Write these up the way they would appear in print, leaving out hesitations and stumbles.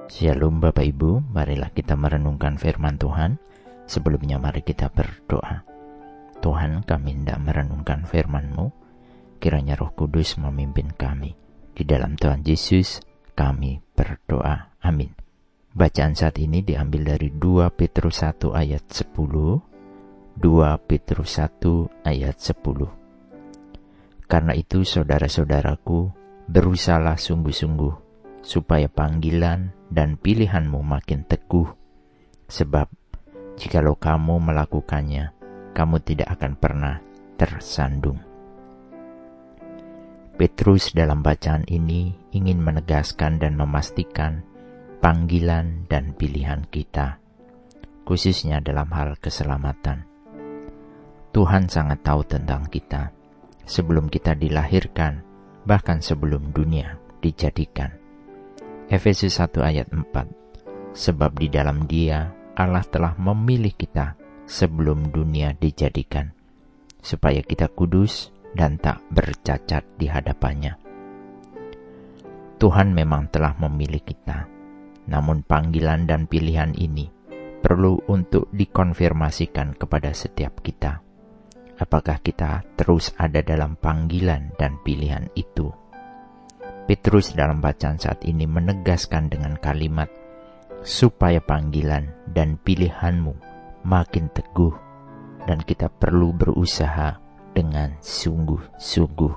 Shalom Bapak Ibu, marilah kita merenungkan firman Tuhan. Sebelumnya mari kita berdoa. Tuhan, kami hendak merenungkan firman-Mu, kiranya Roh Kudus memimpin kami. Di dalam Tuhan Yesus kami berdoa, amin. Bacaan saat ini diambil dari 2 Petrus 1 ayat 10. 2 Petrus 1 ayat 10. Karena itu saudara-saudaraku, berusahalah sungguh-sungguh supaya panggilan dan pilihanmu makin teguh. Sebab jikalau kamu melakukannya, kamu tidak akan pernah tersandung. Petrus dalam bacaan ini ingin menegaskan dan memastikan panggilan dan pilihan kita, khususnya dalam hal keselamatan. Tuhan sangat tahu tentang kita sebelum kita dilahirkan, bahkan sebelum dunia dijadikan. Efesus 1 ayat 4. Sebab di dalam Dia Allah telah memilih kita sebelum dunia dijadikan, supaya kita kudus dan tak bercacat di hadapannya. Tuhan memang telah memilih kita, namun panggilan dan pilihan ini perlu untuk dikonfirmasikan kepada setiap kita. Apakah kita terus ada dalam panggilan dan pilihan itu? Petrus dalam bacaan saat ini menegaskan dengan kalimat, supaya panggilan dan pilihanmu makin teguh, dan kita perlu berusaha dengan sungguh-sungguh.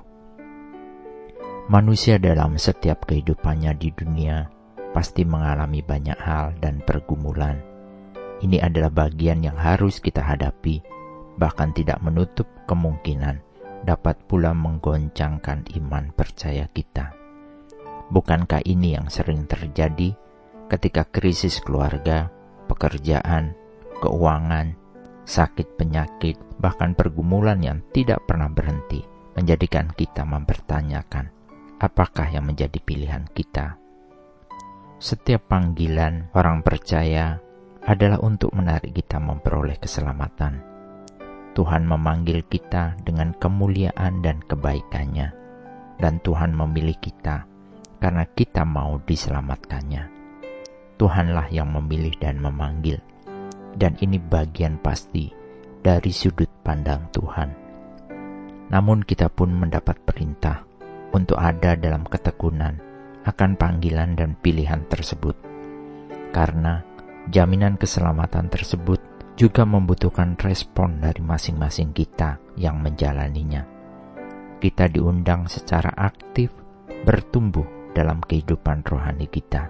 Manusia dalam setiap kehidupannya di dunia pasti mengalami banyak hal dan pergumulan. Ini adalah bagian yang harus kita hadapi, bahkan tidak menutup kemungkinan dapat pula menggoncangkan iman percaya kita. Bukankah ini yang sering terjadi ketika krisis keluarga, pekerjaan, keuangan, sakit penyakit, bahkan pergumulan yang tidak pernah berhenti menjadikan kita mempertanyakan apakah yang menjadi pilihan kita? Setiap panggilan orang percaya adalah untuk menarik kita memperoleh keselamatan. Tuhan memanggil kita dengan kemuliaan dan kebaikannya, dan Tuhan memilih kita karena kita mau diselamatkannya. Tuhanlah yang memilih dan memanggil, dan ini bagian pasti dari sudut pandang Tuhan. Namun kita pun mendapat perintah untuk ada dalam ketekunan akan panggilan dan pilihan tersebut, karena jaminan keselamatan tersebut juga membutuhkan respon dari masing-masing kita yang menjalaninya. Kita diundang secara aktif bertumbuh dalam kehidupan rohani kita.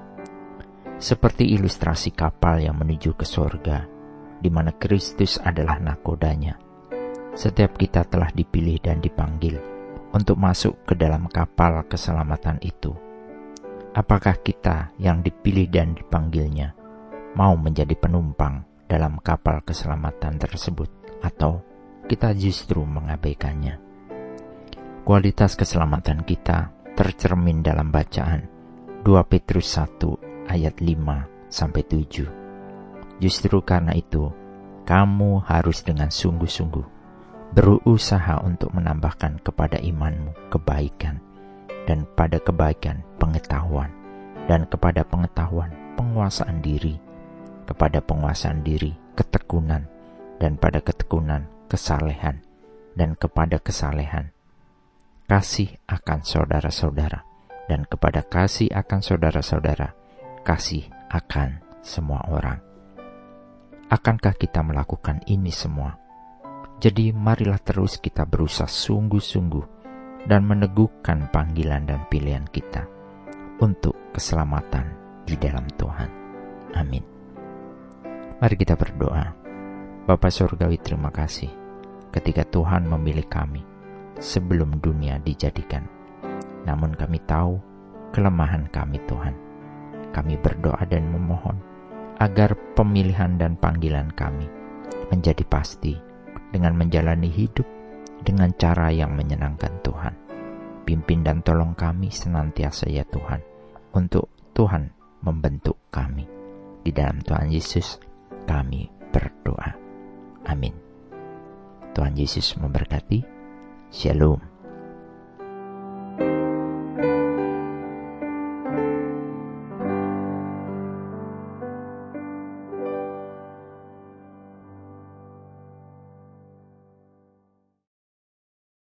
Seperti ilustrasi kapal yang menuju ke sorga, di mana Kristus adalah nakodanya. Setiap kita telah dipilih dan dipanggil untuk masuk ke dalam kapal keselamatan itu. Apakah kita yang dipilih dan dipanggilnya mau menjadi penumpang dalam kapal keselamatan tersebut, atau kita justru mengabaikannya? Kualitas keselamatan kita tercermin dalam bacaan 2 Petrus 1 ayat 5-7. Justru karena itu, kamu harus dengan sungguh-sungguh berusaha untuk menambahkan kepada imanmu kebaikan, dan pada kebaikan pengetahuan, dan kepada pengetahuan penguasaan diri, kepada penguasaan diri ketekunan, dan pada ketekunan kesalehan, dan kepada kesalehan kasih akan saudara-saudara, dan kepada kasih akan saudara-saudara, kasih akan semua orang. Akankah kita melakukan ini semua? Jadi marilah terus kita berusaha sungguh-sungguh dan meneguhkan panggilan dan pilihan kita untuk keselamatan di dalam Tuhan. Amin. Mari kita berdoa. Bapa Surgawi, terima kasih ketika Tuhan memilih kami sebelum dunia dijadikan. Namun kami tahu kelemahan kami, Tuhan. Kami berdoa dan memohon agar pemilihan dan panggilan kami menjadi pasti dengan menjalani hidup dengan cara yang menyenangkan Tuhan. Pimpin dan tolong kami senantiasa ya Tuhan, untuk Tuhan membentuk kami. Di dalam Tuhan Yesus kami berdoa. Amin. Tuhan Yesus memberkati. Shalom.